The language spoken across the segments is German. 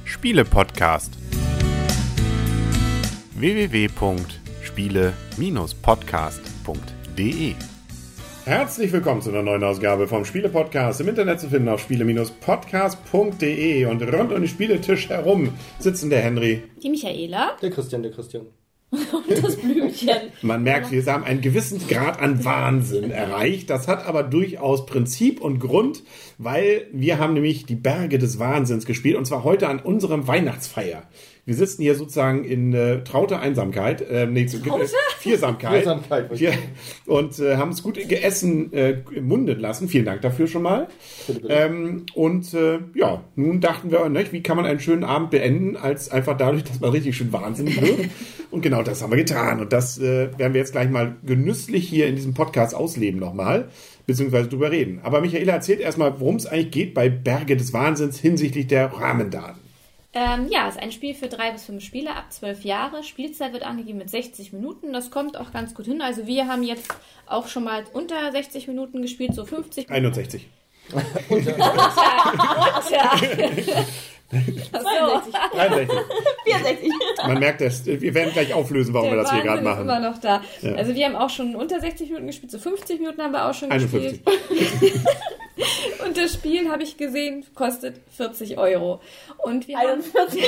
Spiele-Podcast. www.spiele-podcast.de. Herzlich willkommen zu einer neuen Ausgabe vom Spiele-Podcast, im Internet zu finden auf spiele-podcast.de. Und rund um den Spieletisch herum sitzen der Henry, die Michaela, der Christian und das Blümchen. Man merkt, wir haben einen gewissen Grad an Wahnsinn erreicht. Das hat aber durchaus Prinzip und Grund, weil wir haben nämlich die Berge des Wahnsinns gespielt, und zwar heute an unserem Weihnachtsfeier. Wir sitzen hier sozusagen in trauter Einsamkeit, Viersamkeit. Und haben es gut gegessen munden lassen. Vielen Dank dafür schon mal. Nun dachten wir, wie kann man einen schönen Abend beenden, als einfach dadurch, dass man richtig schön wahnsinnig wird. Und genau das haben wir getan. Und das werden wir jetzt gleich mal genüsslich hier in diesem Podcast ausleben nochmal, beziehungsweise drüber reden. Aber Michaela erzählt erstmal, worum es eigentlich geht bei Berge des Wahnsinns hinsichtlich der Rahmendaten. Es ist ein Spiel für 3 bis 5 Spieler ab 12 Jahre. Spielzeit wird angegeben mit 60 Minuten. Das kommt auch ganz gut hin. Also wir haben jetzt auch schon mal unter 60 Minuten gespielt, so 50 Minuten. 61. Unter. 63. 64. Man merkt das. Wir werden gleich auflösen, warum wir das hier gerade machen. Ist immer noch da. Ja. Also wir haben auch schon unter 60 Minuten gespielt, so 50 Minuten haben wir auch schon gespielt. Und das Spiel, habe ich gesehen, kostet 40 €. Und wir 41.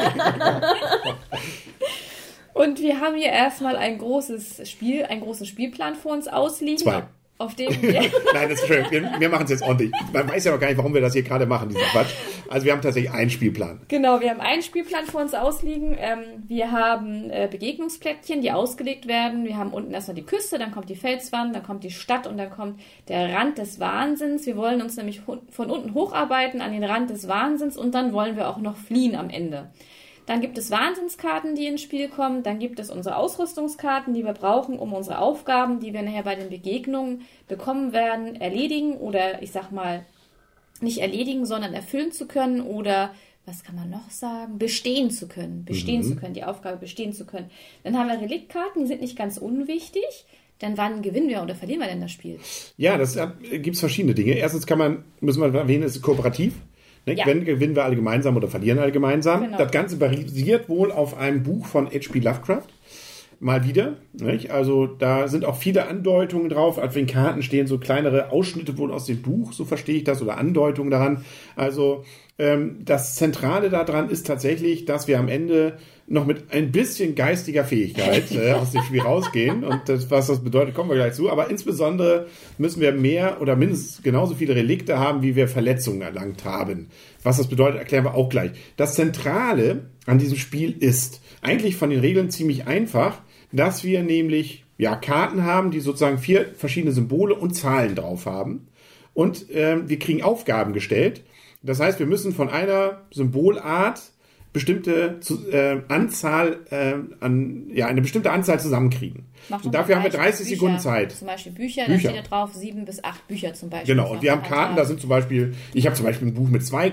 Und wir haben hier erstmal einen großen Spielplan vor uns ausliegen. 2. Auf dem wir Nein, das ist schön. Wir machen es jetzt ordentlich. Man weiß ja noch gar nicht, warum wir das hier gerade machen, diesen Quatsch. Also wir haben tatsächlich einen Spielplan. Genau, wir haben einen Spielplan vor uns ausliegen. Wir haben Begegnungsplättchen, die ausgelegt werden. Wir haben unten erstmal die Küste, dann kommt die Felswand, dann kommt die Stadt und dann kommt der Rand des Wahnsinns. Wir wollen uns nämlich von unten hocharbeiten an den Rand des Wahnsinns und dann wollen wir auch noch fliehen am Ende. Dann gibt es Wahnsinnskarten, die ins Spiel kommen. Dann gibt es unsere Ausrüstungskarten, die wir brauchen, um unsere Aufgaben, die wir nachher bei den Begegnungen bekommen werden, erledigen oder, ich sag mal, nicht erledigen, sondern erfüllen zu können oder, was kann man noch sagen, bestehen zu können, die Aufgabe bestehen zu können. Dann haben wir Reliktkarten, die sind nicht ganz unwichtig. Dann wann gewinnen wir oder verlieren wir denn das Spiel? Ja, das gibt es verschiedene Dinge. Erstens müssen wir erwähnen, es ist kooperativ. Ja. Wenn gewinnen wir alle gemeinsam oder verlieren alle gemeinsam. Genau. Das Ganze basiert wohl auf einem Buch von H.P. Lovecraft. Mal wieder. Nicht? Also da sind auch viele Andeutungen drauf. Auf den Karten stehen so kleinere Ausschnitte wohl aus dem Buch, so verstehe ich das, oder Andeutungen daran. Also das Zentrale daran ist tatsächlich, dass wir am Ende noch mit ein bisschen geistiger Fähigkeit aus dem Spiel rausgehen. Und was das bedeutet, kommen wir gleich zu. Aber insbesondere müssen wir mehr oder mindestens genauso viele Relikte haben, wie wir Verletzungen erlangt haben. Was das bedeutet, erklären wir auch gleich. Das Zentrale an diesem Spiel ist eigentlich von den Regeln ziemlich einfach, dass wir nämlich Karten haben, die sozusagen 4 verschiedene Symbole und Zahlen drauf haben. Und wir kriegen Aufgaben gestellt. Das heißt, wir müssen von einer Symbolart bestimmte Anzahl eine bestimmte Anzahl zusammenkriegen. Und dafür haben wir 30 Sekunden Zeit. Zum Beispiel Bücher, da steht da drauf 7 bis 8 Bücher zum Beispiel. Genau, und wir haben Karten, da sind zum Beispiel, ich habe zum Beispiel ein Buch mit 2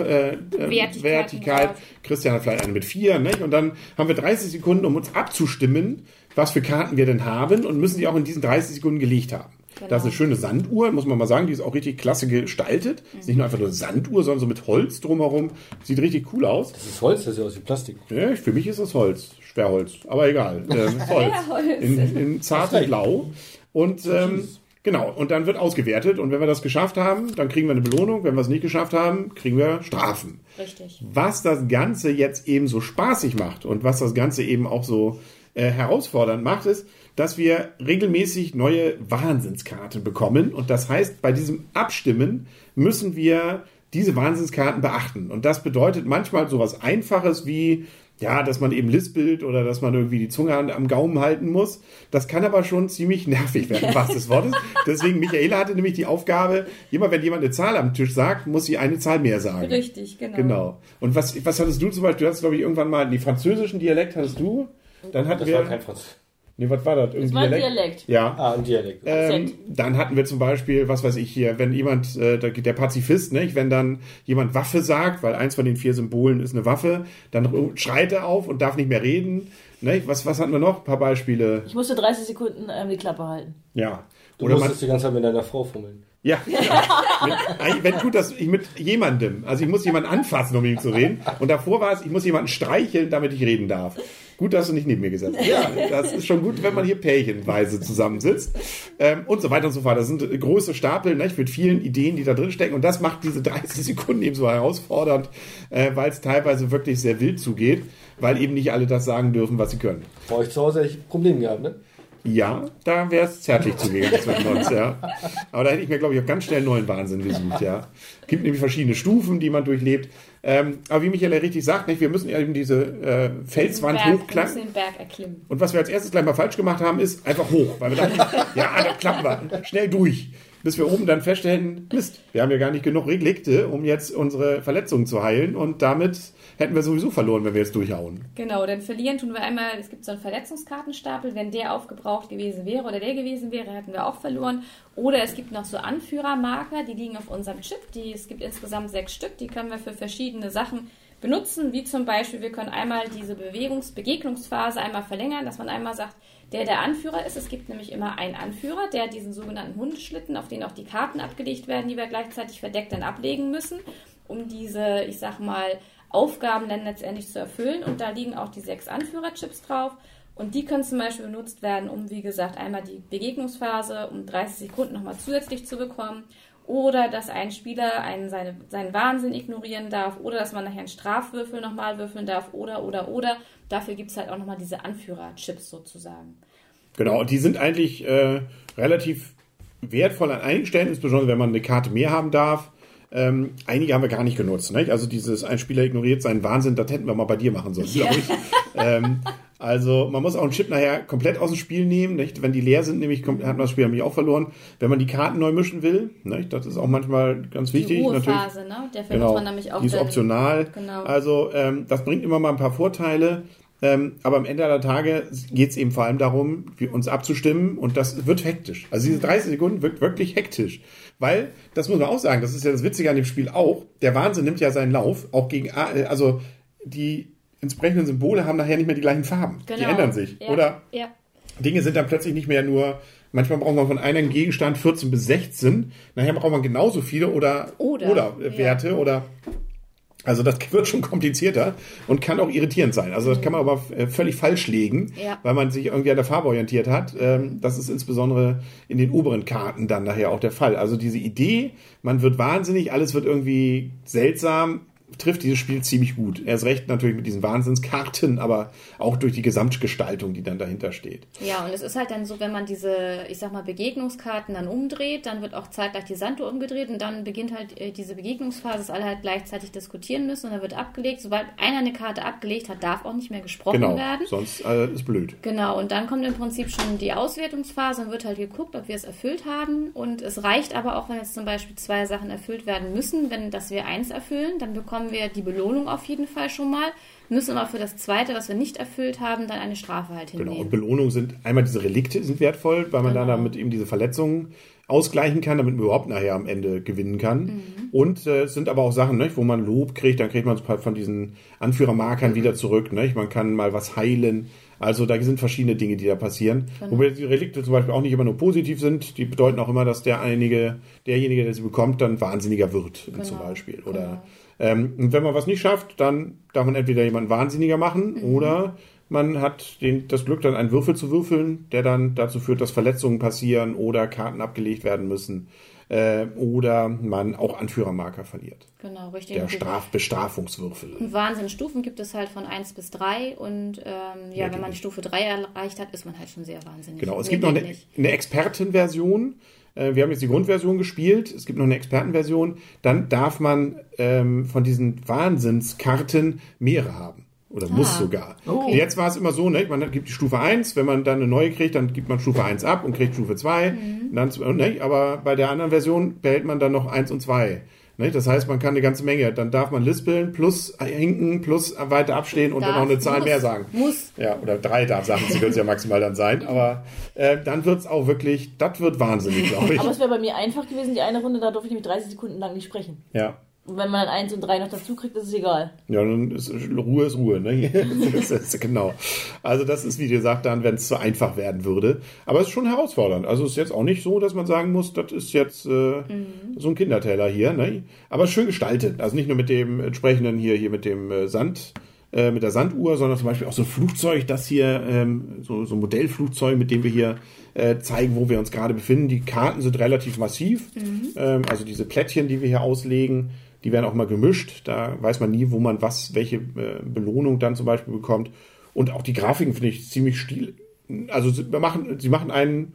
Wertigkeit, Christian hat vielleicht eine mit 4, nicht? Und dann haben wir 30 Sekunden, um uns abzustimmen, was für Karten wir denn haben und müssen die auch in diesen 30 Sekunden gelegt haben. Genau. Da ist eine schöne Sanduhr, muss man mal sagen, die ist auch richtig klasse gestaltet. Ist nicht nur einfach nur eine Sanduhr, sondern so mit Holz drumherum. Sieht richtig cool aus. Das ist Holz, das sieht aus wie Plastik. Ja, für mich ist das Holz. Sperrholz. Aber egal. Holz. In zartem Blau. Und genau, und dann wird ausgewertet. Und wenn wir das geschafft haben, dann kriegen wir eine Belohnung. Wenn wir es nicht geschafft haben, kriegen wir Strafen. Richtig. Was das Ganze jetzt eben so spaßig macht und was das Ganze eben auch so herausfordernd macht, ist, dass wir regelmäßig neue Wahnsinnskarten bekommen. Und das heißt, bei diesem Abstimmen müssen wir diese Wahnsinnskarten beachten. Und das bedeutet manchmal sowas Einfaches wie, dass man eben lispelt oder dass man irgendwie die Zunge am Gaumen halten muss. Das kann aber schon ziemlich nervig werden, was des Wortes. Deswegen, Michaela hatte nämlich die Aufgabe, immer wenn jemand eine Zahl am Tisch sagt, muss sie eine Zahl mehr sagen. Richtig, genau. Und was hattest du zum Beispiel? Du hattest, glaube ich, irgendwann mal den französischen Dialekt, hattest du? Dann hatten das war kein Französisch. Nee, was war das? Das war ein Dialekt. Ja. Ein Dialekt. Dann hatten wir zum Beispiel, was weiß ich hier, wenn jemand, der Pazifist, nicht, wenn dann jemand Waffe sagt, weil eins von den 4 Symbolen ist eine Waffe, dann schreit er auf und darf nicht mehr reden. Nicht? Was hatten wir noch? Ein paar Beispiele. Ich musste 30 Sekunden die Klappe halten. Ja. Du musstest die ganze Zeit mit deiner Frau fummeln. Ja, wenn gut, dass ich mit jemandem, also ich muss jemanden anfassen, um mit ihm zu reden. Und davor war es, ich muss jemanden streicheln, damit ich reden darf. Gut, dass du nicht neben mir gesetzt hast. Ja, das ist schon gut, wenn man hier pärchenweise zusammensitzt. Und so weiter und so fort. Das sind große Stapel, ne, mit vielen Ideen, die da drin stecken. Und das macht diese 30 Sekunden eben so herausfordernd, weil es teilweise wirklich sehr wild zugeht, weil eben nicht alle das sagen dürfen, was sie können. Bei euch zu Hause hätte ich Probleme gehabt, ne? Ja, da wäre es zärtlich zugegangen zwischen uns, ja. Aber da hätte ich mir, glaube ich, auch ganz schnell einen neuen Wahnsinn gesucht, ja. Es gibt nämlich verschiedene Stufen, die man durchlebt. Aber wie Michael richtig sagt, nicht, wir müssen eben diese Felswand hochklettern. Wir müssen den Berg erklimmen. Und was wir als erstes gleich mal falsch gemacht haben, ist einfach hoch. Weil wir dachten, ja, da klappen wir schnell durch. Bis wir oben dann feststellen, Mist, wir haben ja gar nicht genug Relikte, um jetzt unsere Verletzungen zu heilen. Und damit hätten wir sowieso verloren, wenn wir jetzt durchhauen. Genau, denn verlieren tun wir einmal, es gibt so einen Verletzungskartenstapel, wenn der aufgebraucht gewesen wäre oder der gewesen wäre, hätten wir auch verloren. Oder es gibt noch so Anführermarker, die liegen auf unserem Chip, es gibt insgesamt 6 Stück, die können wir für verschiedene Sachen benutzen, wie zum Beispiel, wir können einmal diese Begegnungsphase einmal verlängern, dass man einmal sagt, der Anführer ist. Es gibt nämlich immer einen Anführer, der diesen sogenannten Hundeschlitten, auf den auch die Karten abgelegt werden, die wir gleichzeitig verdeckt dann ablegen müssen, um diese, ich sag mal, Aufgaben dann letztendlich zu erfüllen. Und da liegen auch die 6 Anführerchips drauf. Und die können zum Beispiel benutzt werden, um, wie gesagt, einmal die Begegnungsphase um 30 Sekunden nochmal zusätzlich zu bekommen. Oder dass ein Spieler seinen Wahnsinn ignorieren darf. Oder dass man nachher einen Strafwürfel nochmal würfeln darf. Oder. Dafür gibt es halt auch nochmal diese Anführerchips sozusagen. Genau, und die sind eigentlich relativ wertvoll an einigen Stellen, insbesondere wenn man eine Karte mehr haben darf. Einige haben wir gar nicht genutzt. Nicht? Also dieses, ein Spieler ignoriert seinen Wahnsinn, das hätten wir mal bei dir machen sollen, glaube ich. Also man muss auch einen Chip nachher komplett aus dem Spiel nehmen. Nicht? Wenn die leer sind, nämlich hat man das Spiel nämlich auch verloren. Wenn man die Karten neu mischen will, nicht? Das ist auch manchmal ganz wichtig. Die Ruhephase, ne? Dafür muss man nämlich auch... Die ist optional. Genau. Also das bringt immer mal ein paar Vorteile. Aber am Ende aller Tage geht es eben vor allem darum, uns abzustimmen, und das wird hektisch. Also diese 30 Sekunden wird wirklich hektisch. Weil, das muss man auch sagen, das ist ja das Witzige an dem Spiel auch, der Wahnsinn nimmt ja seinen Lauf, auch gegen, also die entsprechenden Symbole haben nachher nicht mehr die gleichen Farben. Genau. Die ändern sich. Ja. Oder Dinge sind dann plötzlich nicht mehr nur, manchmal braucht man von einem Gegenstand 14 bis 16, nachher braucht man genauso viele oder Werte oder... Also das wird schon komplizierter und kann auch irritierend sein. Also das kann man aber völlig falsch legen, weil man sich irgendwie an der Farbe orientiert hat. Das ist insbesondere in den oberen Karten dann nachher auch der Fall. Also diese Idee, man wird wahnsinnig, alles wird irgendwie seltsam, trifft dieses Spiel ziemlich gut. Erst recht natürlich mit diesen Wahnsinnskarten, aber auch durch die Gesamtgestaltung, die dann dahinter steht. Ja, und es ist halt dann so, wenn man diese, ich sag mal, Begegnungskarten dann umdreht, dann wird auch zeitgleich die Sanduhr umgedreht und dann beginnt halt diese Begegnungsphase, dass alle halt gleichzeitig diskutieren müssen und dann wird abgelegt. Sobald einer eine Karte abgelegt hat, darf auch nicht mehr gesprochen werden. Sonst ist blöd. Genau, und dann kommt im Prinzip schon die Auswertungsphase und wird halt geguckt, ob wir es erfüllt haben. Und es reicht aber auch, wenn jetzt zum Beispiel 2 Sachen erfüllt werden müssen, dass wir 1 erfüllen, dann bekommen wir die Belohnung auf jeden Fall schon mal, müssen aber für das Zweite, was wir nicht erfüllt haben, dann eine Strafe halt hinnehmen. Genau, und Belohnungen sind, einmal diese Relikte sind wertvoll, weil man dann damit eben diese Verletzungen ausgleichen kann, damit man überhaupt nachher am Ende gewinnen kann. Und es sind aber auch Sachen, nicht, wo man Lob kriegt, dann kriegt man es von diesen Anführermarkern wieder zurück. Nicht? Man kann mal was heilen. Also da sind verschiedene Dinge, die da passieren. Genau. Wobei die Relikte zum Beispiel auch nicht immer nur positiv sind. Die bedeuten auch immer, dass derjenige, der sie bekommt, dann wahnsinniger wird, zum Beispiel. Oder und wenn man was nicht schafft, dann darf man entweder jemanden wahnsinniger machen oder man hat das Glück, dann einen Würfel zu würfeln, der dann dazu führt, dass Verletzungen passieren oder Karten abgelegt werden müssen. Oder man auch Anführermarker verliert. Genau, richtig. Der Bestrafungswürfel. Und Wahnsinnsstufen gibt es halt von 1 bis 3 und wenn man die Stufe 3 erreicht hat, ist man halt schon sehr wahnsinnig. Genau, es gibt noch eine Expertenversion. Wir haben jetzt die Grundversion gespielt, es gibt noch eine Expertenversion. Dann darf man von diesen Wahnsinnskarten mehrere haben. Oder muss sogar. Okay. Jetzt war es immer so, ne? Man gibt die Stufe 1, wenn man dann eine neue kriegt, dann gibt man Stufe 1 ab und kriegt Stufe 2. Aber bei der anderen Version behält man dann noch 1 und 2. Ne? Das heißt, man kann eine ganze Menge. Dann darf man lispeln, plus hinken, plus weiter abstehen und dann noch eine Zahl mehr sagen. Muss. Ja, oder 3 Sachen, sie können es ja maximal dann sein. Aber dann wird es auch wirklich, das wird wahnsinnig, glaube ich. Aber es wäre bei mir einfach gewesen, die eine Runde, da durfte ich nämlich 30 Sekunden lang nicht sprechen. Ja. Und wenn man dann 1 und 3 noch dazu kriegt, ist es egal. Ja, dann ist Ruhe, ne? Das ist, genau. Also das ist, wie gesagt, dann, wenn es zu einfach werden würde. Aber es ist schon herausfordernd. Also es ist jetzt auch nicht so, dass man sagen muss, das ist jetzt so ein Kinderteller hier, ne? Aber schön gestaltet. Also nicht nur mit dem entsprechenden hier mit dem Sand, mit der Sanduhr, sondern zum Beispiel auch so ein Flugzeug, das hier, so ein Modellflugzeug, mit dem wir hier zeigen, wo wir uns gerade befinden. Die Karten sind relativ massiv. Also diese Plättchen, die wir hier auslegen, die werden auch mal gemischt. Da weiß man nie, wo man welche Belohnung dann zum Beispiel bekommt. Und auch die Grafiken finde ich ziemlich also sie machen einen,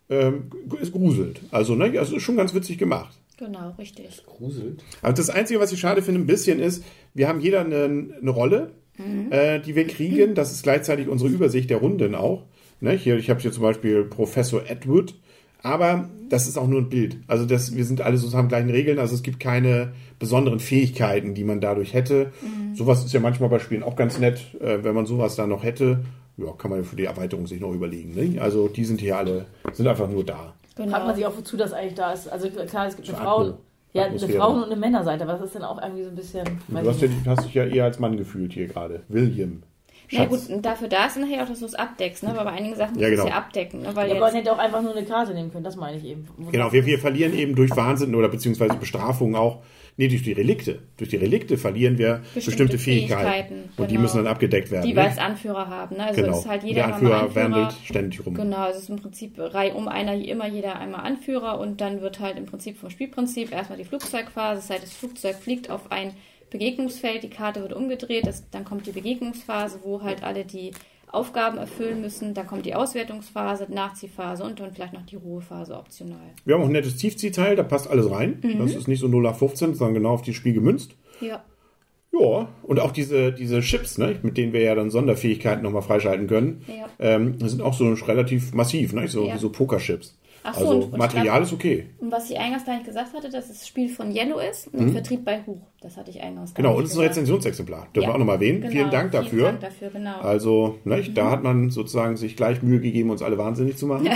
es gruselt. Also, ne, es ist schon ganz witzig gemacht. Genau, richtig. Gruselt. Also das Einzige, was ich schade finde, ein bisschen ist, wir haben jeder eine Rolle, die wir kriegen. Das ist gleichzeitig unsere Übersicht der Runden auch. Ne? Ich habe hier zum Beispiel Professor Edward, aber das ist auch nur ein Bild. Also wir sind alle sozusagen gleichen Regeln, also es gibt keine besonderen Fähigkeiten, die man dadurch hätte. Sowas ist ja manchmal bei Spielen auch ganz nett, wenn man sowas da noch hätte. Ja, kann man ja für die Erweiterung sich noch überlegen. Ne? Also die sind hier alle, sind einfach nur da. Genau. Fragt man sich auch, wozu das eigentlich da ist. Also klar, es gibt So eine Frauen, eine Frauen- und eine Männerseite, aber das ist dann auch irgendwie so ein bisschen... Du hast dich ja eher als Mann gefühlt hier gerade. William. Na gut, und dafür da ist nachher auch, dass du es abdeckst, ne? Aber bei einigen Sachen musst du es ja abdecken. Ne? Weil man hätte auch einfach nur eine Karte nehmen können, das meine ich eben. Genau, wir verlieren eben durch Wahnsinn oder beziehungsweise Bestrafung auch, durch die Relikte. Durch die Relikte verlieren wir bestimmte Fähigkeiten. Und die müssen dann abgedeckt werden. Die wir als Anführer haben. Ne? Also es ist halt jeder der Anführer wandelt ständig rum. Genau, es ist im Prinzip Reihe um immer jeder einmal Anführer und dann wird halt im Prinzip vom Spielprinzip erstmal die Flugzeugphase, das heißt, das Flugzeug fliegt auf ein Begegnungsfeld, die Karte wird umgedreht, dann kommt die Begegnungsphase, wo halt alle die Aufgaben erfüllen müssen, dann kommt die Auswertungsphase, Nachziehphase und dann vielleicht noch die Ruhephase optional. Wir haben auch ein nettes Tiefziehteil, da passt alles rein. Das ist nicht so 0:15, sondern genau auf die Spiel gemünzt. Ja. Ja, und auch diese Chips, ne, mit denen wir ja dann Sonderfähigkeiten nochmal freischalten können, sind auch so relativ massiv, ne, so Pokerchips. Ach so, also Material ist okay. Und was ich eingangs gar nicht gesagt hatte, dass das Spiel von Yellow ist und Vertrieb bei Huch. Das hatte ich eingangs gar nicht und es ist ein Rezensionsexemplar. Dürfen wir auch nochmal erwähnen. Genau, vielen Dank dafür. Vielen Dank dafür, genau. Also, ne, da hat man sozusagen sich gleich Mühe gegeben, uns alle wahnsinnig zu machen.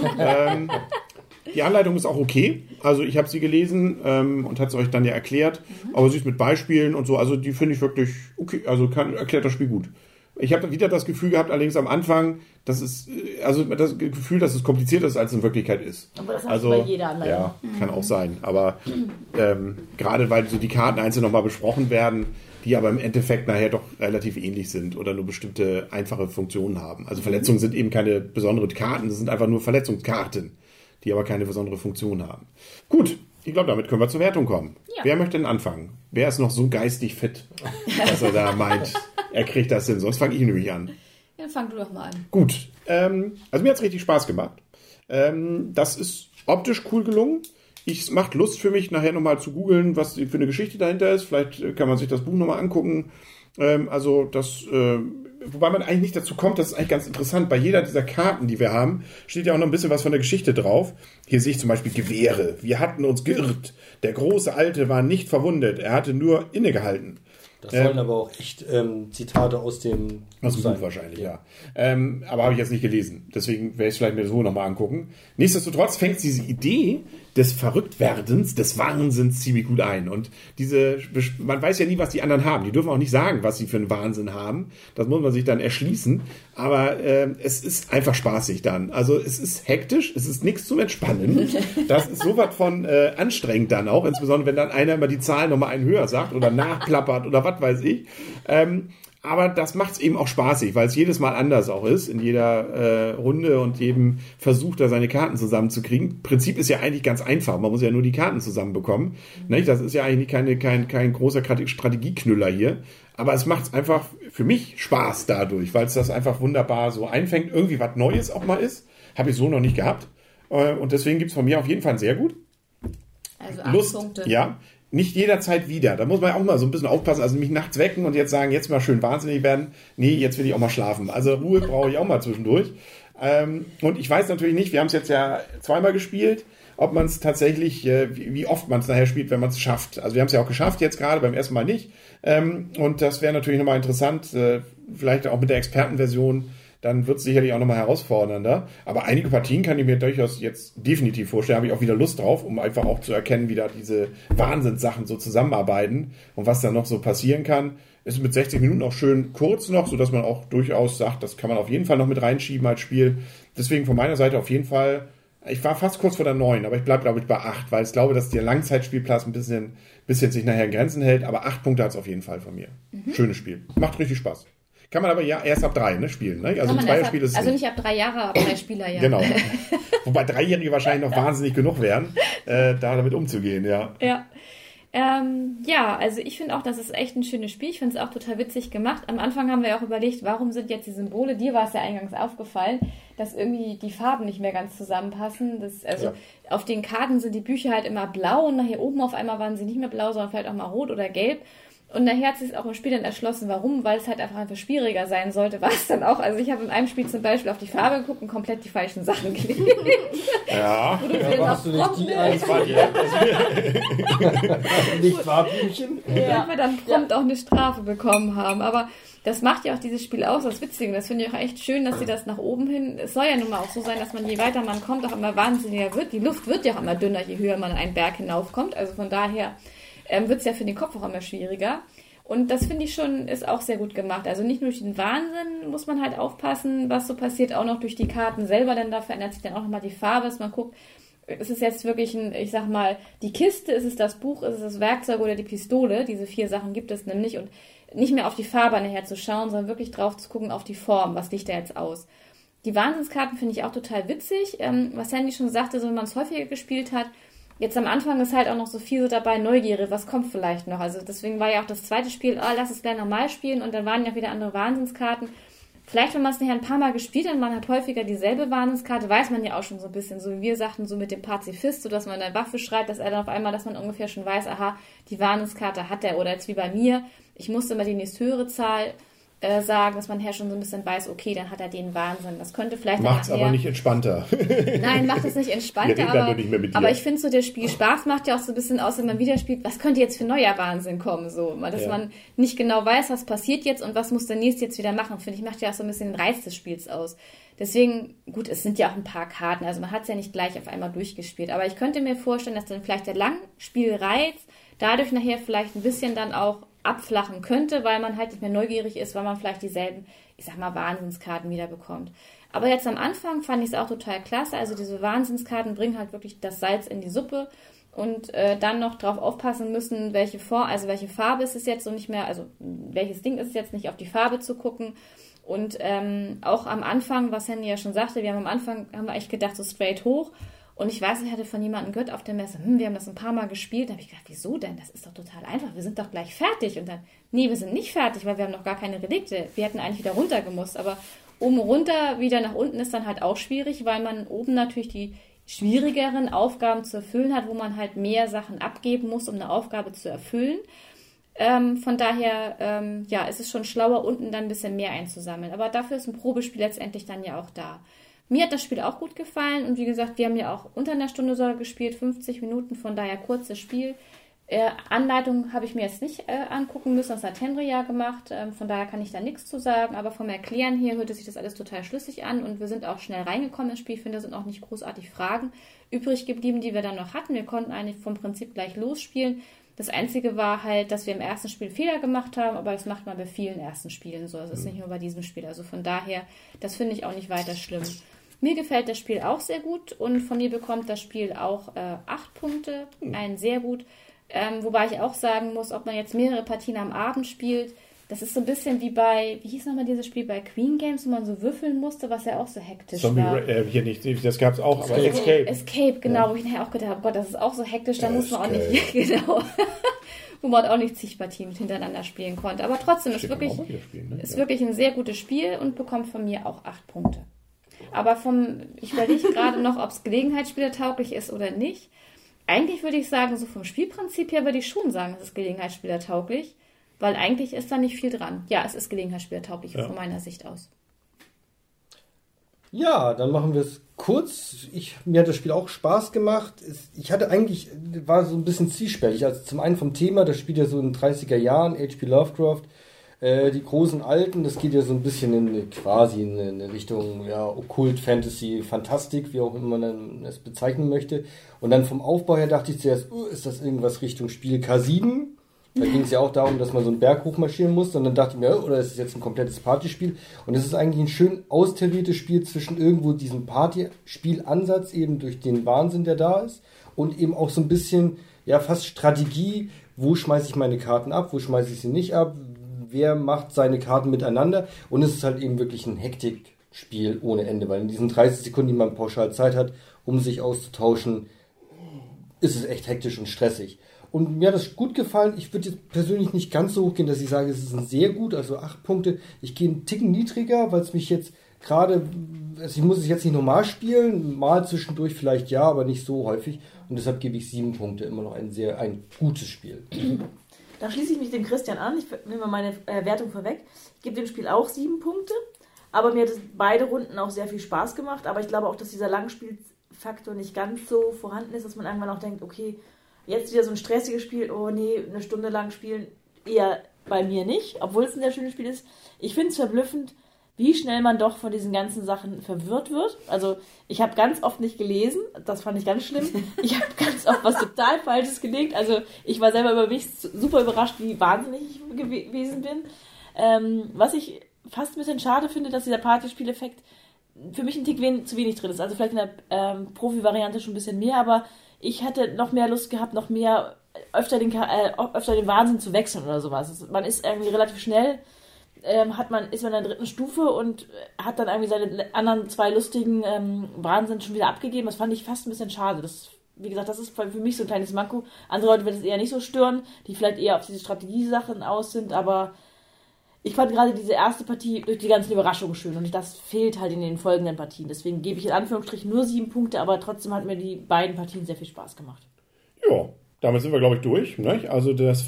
Die Anleitung ist auch okay. Also ich habe sie gelesen und hat es euch dann ja erklärt. Aber sie ist mit Beispielen und so. Also die finde ich wirklich okay. Also erklärt das Spiel gut. Ich habe wieder das Gefühl gehabt, allerdings am Anfang, dass es komplizierter ist, als es in Wirklichkeit ist. Aber das hast du bei jeder Anleitung. Ja, kann auch sein. Aber gerade weil so die Karten einzeln nochmal besprochen werden, die aber im Endeffekt nachher doch relativ ähnlich sind oder nur bestimmte einfache Funktionen haben. Also Verletzungen sind eben keine besonderen Karten, das sind einfach nur Verletzungskarten, die aber keine besondere Funktion haben. Gut, ich glaube, damit können wir zur Wertung kommen. Ja. Wer möchte denn anfangen? Wer ist noch so geistig fit, dass er da meint, er kriegt das hin? Sonst fange ich nämlich an. Ja, fang du doch mal an. Gut, also mir hat es richtig Spaß gemacht. Das ist optisch cool gelungen. Es macht Lust für mich, nachher nochmal zu googeln, was für eine Geschichte dahinter ist. Vielleicht kann man sich das Buch nochmal angucken. Wobei man eigentlich nicht dazu kommt, das ist eigentlich ganz interessant. Bei jeder dieser Karten, die wir haben, steht ja auch noch ein bisschen was von der Geschichte drauf. Hier sehe ich zum Beispiel Gewehre. Wir hatten uns geirrt. Der große Alte war nicht verwundet. Er hatte nur innegehalten. Das sollen aber auch echt Zitate aus dem Buch wahrscheinlich, ja. Aber habe ich jetzt nicht gelesen. Deswegen werde ich es vielleicht mir so nochmal angucken. Nichtsdestotrotz fängt diese Idee des Verrücktwerdens, des Wahnsinns ziemlich gut ein. Und man weiß ja nie, was die anderen haben. Die dürfen auch nicht sagen, was sie für einen Wahnsinn haben. Das muss man sich dann erschließen. Aber es ist einfach spaßig dann. Also es ist hektisch, es ist nichts zum Entspannen. Das ist sowas von anstrengend dann auch. Insbesondere, wenn dann einer immer die Zahlen nochmal einen höher sagt oder nachplappert oder was weiß ich. Aber das macht es eben auch spaßig, weil es jedes Mal anders auch ist, in jeder Runde und jedem Versuch, da seine Karten zusammenzukriegen. Prinzip ist ja eigentlich ganz einfach, man muss ja nur die Karten zusammenbekommen. Nicht? Das ist ja eigentlich kein großer Strategieknüller hier, aber es macht einfach für mich Spaß dadurch, weil es das einfach wunderbar so einfängt, irgendwie was Neues auch mal ist. Habe ich so noch nicht gehabt und deswegen gibt es von mir auf jeden Fall sehr gut. Also 8 Lust, Punkte. Ja. Nicht jederzeit wieder. Da muss man auch mal so ein bisschen aufpassen. Also mich nachts wecken und jetzt sagen, jetzt mal schön wahnsinnig werden. Nee, jetzt will ich auch mal schlafen. Also Ruhe brauche ich auch mal zwischendurch. Und ich weiß natürlich nicht, wir haben es jetzt ja zweimal gespielt, ob man es tatsächlich, wie oft man es nachher spielt, wenn man es schafft. Also wir haben es ja auch geschafft jetzt gerade, beim ersten Mal nicht. Und das wäre natürlich nochmal interessant, vielleicht auch mit der Expertenversion dann wird es sicherlich auch nochmal herausfordernder. Aber einige Partien kann ich mir durchaus jetzt definitiv vorstellen, habe ich auch wieder Lust drauf, um einfach auch zu erkennen, wie da diese Wahnsinnssachen so zusammenarbeiten und was da noch so passieren kann. Ist mit 60 Minuten auch schön kurz noch, sodass man auch durchaus sagt, das kann man auf jeden Fall noch mit reinschieben als Spiel. Deswegen von meiner Seite auf jeden Fall, ich war fast kurz vor der 9, aber ich bleibe, glaube ich, bei 8, weil ich glaube, dass der Langzeitspielplatz ein bisschen sich nachher in Grenzen hält, aber 8 Punkte hat es auf jeden Fall von mir. Schönes Spiel. Macht richtig Spaß. Kann man aber ja erst ab 3 spielen. Ne? Also Zweierspiel ist also nicht ab 3 Jahre, ab 3 Spieler, ja. Genau. Wobei 3-Jährige wahrscheinlich noch wahnsinnig genug wären, da damit umzugehen, ja. Ja. Ja, also ich finde auch, das ist echt ein schönes Spiel. Ich finde es auch total witzig gemacht. Am Anfang haben wir ja auch überlegt, warum sind jetzt die Symbole, dir war es ja eingangs aufgefallen, dass irgendwie die Farben nicht mehr ganz zusammenpassen. Auf den Karten sind die Bücher halt immer blau und nachher oben auf einmal waren sie nicht mehr blau, sondern vielleicht auch mal rot oder gelb. Und nachher hat sich auch im Spiel dann erschlossen, warum, weil es halt einfach schwieriger sein sollte, war es dann auch. Also ich habe in einem Spiel zum Beispiel auf die Farbe geguckt und komplett die falschen Sachen gelesen. Ja, hast du nicht die eins war nicht Farbbüchen? Ja, wir dann prompt auch eine Strafe bekommen haben. Aber das macht ja auch dieses Spiel aus, das Witzige. Das finde ich auch echt schön, dass sie das nach oben hin, es soll ja nun mal auch so sein, dass man je weiter man kommt, auch immer wahnsinniger wird. Die Luft wird ja auch immer dünner, je höher man einen Berg hinaufkommt. Also von daher wird es ja für den Kopf auch immer schwieriger. Und das finde ich schon, ist auch sehr gut gemacht. Also nicht nur durch den Wahnsinn muss man halt aufpassen, was so passiert, auch noch durch die Karten selber, denn da verändert sich dann auch nochmal die Farbe, dass man guckt, ist es jetzt wirklich ich sag mal, die Kiste, ist es das Buch, ist es das Werkzeug oder die Pistole? Diese 4 Sachen gibt es nämlich. Und nicht mehr auf die Farbe nachher zu schauen, sondern wirklich drauf zu gucken auf die Form, was liegt da jetzt aus. Die Wahnsinnskarten finde ich auch total witzig. Was Sandy schon sagte, so wenn man es häufiger gespielt hat, jetzt am Anfang ist halt auch noch so viel so dabei, Neugierde, was kommt vielleicht noch. Also deswegen war ja auch das zweite Spiel, lass es gleich nochmal spielen und dann waren ja wieder andere Wahnsinnskarten. Vielleicht, wenn man es nachher ein paar Mal gespielt hat und man hat häufiger dieselbe Wahnsinnskarte, weiß man ja auch schon so ein bisschen, so wie wir sagten, so mit dem Pazifist, so dass man eine Waffe schreit, dass er dann auf einmal, dass man ungefähr schon weiß, aha, die Wahnsinnskarte hat er. Oder jetzt wie bei mir, ich musste immer die nächsthöhere Zahl sagen, dass man nachher schon so ein bisschen weiß, okay, dann hat er den Wahnsinn. Das könnte vielleicht macht's aber nicht entspannter. Nein, macht es nicht entspannter, aber ich finde so, der Spiel Spaß macht ja auch so ein bisschen aus, wenn man wieder spielt, was könnte jetzt für neuer Wahnsinn kommen, so, dass man nicht genau weiß, was passiert jetzt und was muss der Nächste jetzt wieder machen, finde ich, macht ja auch so ein bisschen den Reiz des Spiels aus. Deswegen, gut, es sind ja auch ein paar Karten, also man hat es ja nicht gleich auf einmal durchgespielt, aber ich könnte mir vorstellen, dass dann vielleicht der Langspielreiz dadurch nachher vielleicht ein bisschen dann auch abflachen könnte, weil man halt nicht mehr neugierig ist, weil man vielleicht dieselben, ich sag mal, Wahnsinnskarten wieder bekommt. Aber jetzt am Anfang fand ich es auch total klasse, also diese Wahnsinnskarten bringen halt wirklich das Salz in die Suppe und dann noch drauf aufpassen müssen, welche Farbe ist es jetzt und nicht mehr, also welches Ding ist es jetzt, nicht auf die Farbe zu gucken. Und auch am Anfang, was Henny ja schon sagte, haben wir echt gedacht, so straight hoch. Und ich weiß, ich hatte von jemandem gehört auf der Messe, wir haben das ein paar Mal gespielt. Da habe ich gedacht, wieso denn? Das ist doch total einfach. Wir sind doch gleich fertig. Und dann, nee, wir sind nicht fertig, weil wir haben noch gar keine Relikte. Wir hätten eigentlich wieder runter gemusst. Aber oben runter, wieder nach unten ist dann halt auch schwierig, weil man oben natürlich die schwierigeren Aufgaben zu erfüllen hat, wo man halt mehr Sachen abgeben muss, um eine Aufgabe zu erfüllen. Von daher, ist es schon schlauer, unten dann ein bisschen mehr einzusammeln. Aber dafür ist ein Probespiel letztendlich dann ja auch da. Mir hat das Spiel auch gut gefallen und wie gesagt, wir haben ja auch unter einer Stunde sogar gespielt, 50 Minuten, von daher kurzes Spiel. Anleitung habe ich mir jetzt nicht angucken müssen, das hat Henry ja gemacht, von daher kann ich da nichts zu sagen, aber vom Erklären her hörte sich das alles total schlüssig an und wir sind auch schnell reingekommen ins Spiel. Ich finde, da sind auch nicht großartig Fragen übrig geblieben, die wir dann noch hatten. Wir konnten eigentlich vom Prinzip gleich losspielen. Das Einzige war halt, dass wir im ersten Spiel Fehler gemacht haben, aber das macht man bei vielen ersten Spielen so. Das ist nicht nur bei diesem Spiel. Also von daher, das finde ich auch nicht weiter schlimm. Mir gefällt das Spiel auch sehr gut und von mir bekommt das Spiel auch 8 Punkte, ein sehr gut. Wobei ich auch sagen muss, ob man jetzt mehrere Partien am Abend spielt, das ist so ein bisschen wie wie hieß nochmal dieses Spiel bei Queen Games, wo man so würfeln musste, was ja auch so hektisch war. Hier nicht, das gab es auch, aber Escape. Escape, genau, ja. Wo ich nachher auch gedacht habe, Gott, das ist auch so hektisch, da muss man auch nicht, genau, wo man auch nicht zig Partien hintereinander spielen konnte. Aber trotzdem ist wirklich ein sehr gutes Spiel und bekommt von mir auch 8 Punkte. Aber ich überlege gerade noch, ob es gelegenheitsspielertauglich ist oder nicht. Eigentlich würde ich sagen, so vom Spielprinzip her würde ich schon sagen, es ist gelegenheitsspielertauglich, weil eigentlich ist da nicht viel dran. Ja, es ist gelegenheitsspielertauglich von meiner Sicht aus. Ja, dann machen wir es kurz. Mir hat das Spiel auch Spaß gemacht. War so ein bisschen zwiespältig. Also zum einen vom Thema, das spielt ja so in den 30er Jahren, H.P. Lovecraft. Die großen alten, das geht ja so ein bisschen in eine Richtung Okkult, Fantasy, Fantastik, wie auch immer man es bezeichnen möchte. Und dann vom Aufbau her dachte ich zuerst, ist das irgendwas Richtung Spiel K7? Da ging es ja auch darum, dass man so einen Berg hochmarschieren muss. Und dann dachte ich mir, oder ist es jetzt ein komplettes Partyspiel? Und es ist eigentlich ein schön austariertes Spiel zwischen irgendwo diesem Partyspielansatz, eben durch den Wahnsinn, der da ist, und eben auch so ein bisschen, fast Strategie. Wo schmeiße ich meine Karten ab? Wo schmeiße ich sie nicht ab? Wer macht seine Karten miteinander? Und es ist halt eben wirklich ein Hektikspiel ohne Ende, weil in diesen 30 Sekunden, die man pauschal Zeit hat, um sich auszutauschen, ist es echt hektisch und stressig. Und mir hat das gut gefallen. Ich würde jetzt persönlich nicht ganz so hoch gehen, dass ich sage, es ist ein sehr gut, also 8 Punkte. Ich gehe einen Ticken niedriger, weil es mich jetzt gerade, ich muss es jetzt nicht normal spielen, mal zwischendurch vielleicht ja, aber nicht so häufig. Und deshalb gebe ich 7 Punkte, immer noch ein gutes Spiel. Da schließe ich mich dem Christian an. Ich nehme mal meine Wertung vorweg. Ich gebe dem Spiel auch 7 Punkte. Aber mir hat es beide Runden auch sehr viel Spaß gemacht. Aber ich glaube auch, dass dieser Langspielfaktor nicht ganz so vorhanden ist, dass man irgendwann auch denkt, okay, jetzt wieder so ein stressiges Spiel, oh nee, eine Stunde lang spielen, eher bei mir nicht, obwohl es ein sehr schönes Spiel ist. Ich finde es verblüffend, wie schnell man doch von diesen ganzen Sachen verwirrt wird. Also ich habe ganz oft nicht gelesen, das fand ich ganz schlimm. Ich habe ganz oft was total Falsches gelegt. Also ich war selber über mich super überrascht, wie wahnsinnig ich gewesen bin. Was ich fast ein bisschen schade finde, dass dieser Partyspieleffekt für mich ein Tick zu wenig drin ist. Also vielleicht in der Profi-Variante schon ein bisschen mehr, aber ich hatte noch mehr Lust gehabt, noch mehr öfter den Wahnsinn zu wechseln oder sowas. Man ist irgendwie relativ schnell, ist man in der 3. Stufe und hat dann irgendwie seine anderen 2 lustigen Wahnsinn schon wieder abgegeben. Das fand ich fast ein bisschen schade. Wie gesagt, das ist für mich so ein kleines Manko. Andere Leute wird es eher nicht so stören, die vielleicht eher auf diese Strategiesachen aus sind, aber ich fand gerade diese erste Partie durch die ganzen Überraschungen schön und das fehlt halt in den folgenden Partien. Deswegen gebe ich in Anführungsstrichen nur 7 Punkte, aber trotzdem hat mir die beiden Partien sehr viel Spaß gemacht. Ja, damit sind wir, glaube ich, durch. Ne? Also das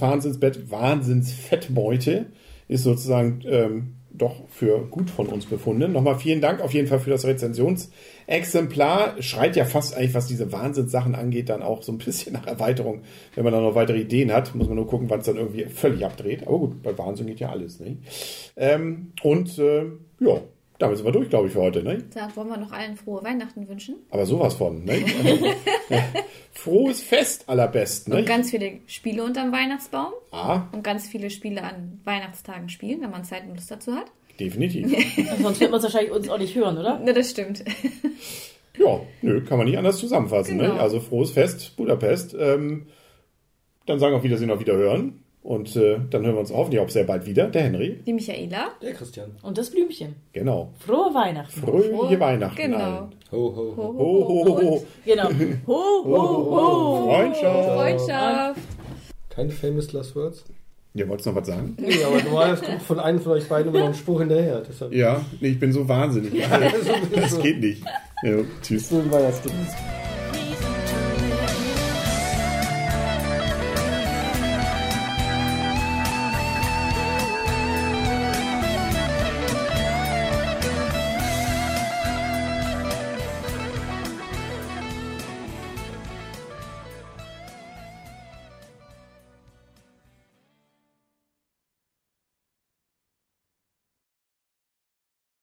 Wahnsinnsfettbeute ist sozusagen doch für gut von uns befunden. Nochmal vielen Dank auf jeden Fall für das Rezensionsexemplar. Schreit ja fast eigentlich, was diese Wahnsinnssachen angeht, dann auch so ein bisschen nach Erweiterung. Wenn man dann noch weitere Ideen hat, muss man nur gucken, wann es dann irgendwie völlig abdreht. Aber gut, bei Wahnsinn geht ja alles. Ne? Damit sind wir durch, glaube ich, für heute. Ne? Da wollen wir noch allen frohe Weihnachten wünschen. Aber sowas von. Ne? Frohes Fest allerbesten. Ne? Und ganz viele Spiele unterm Weihnachtsbaum. Ah. Und ganz viele Spiele an Weihnachtstagen spielen, wenn man Zeit und Lust dazu hat. Definitiv. Sonst wird man es wahrscheinlich uns auch nicht hören, oder? Ne, das stimmt. Ja, kann man nicht anders zusammenfassen. Genau. Ne? Also frohes Fest, Budapest. Dann sagen auf Wiedersehen, auf Wiederhören. Und dann hören wir uns hoffentlich auch sehr bald wieder. Der Henry. Die Michaela. Der Christian. Und das Blümchen. Genau. Frohe Weihnachten. Fröhliche Weihnachten. Genau. Allen. Ho, ho, ho. Ho, ho, ho. Genau. Ho, ho, ho. Freundschaft. Keine famous last words? Ja, wolltest du noch was sagen? Nee, aber normalerweise kommt von einem von euch beiden immer noch ein Spruch hinterher. Deshalb Ja, nee, ich bin so wahnsinnig. Das geht nicht. Ja, tschüss. Weihnachtsgenießen.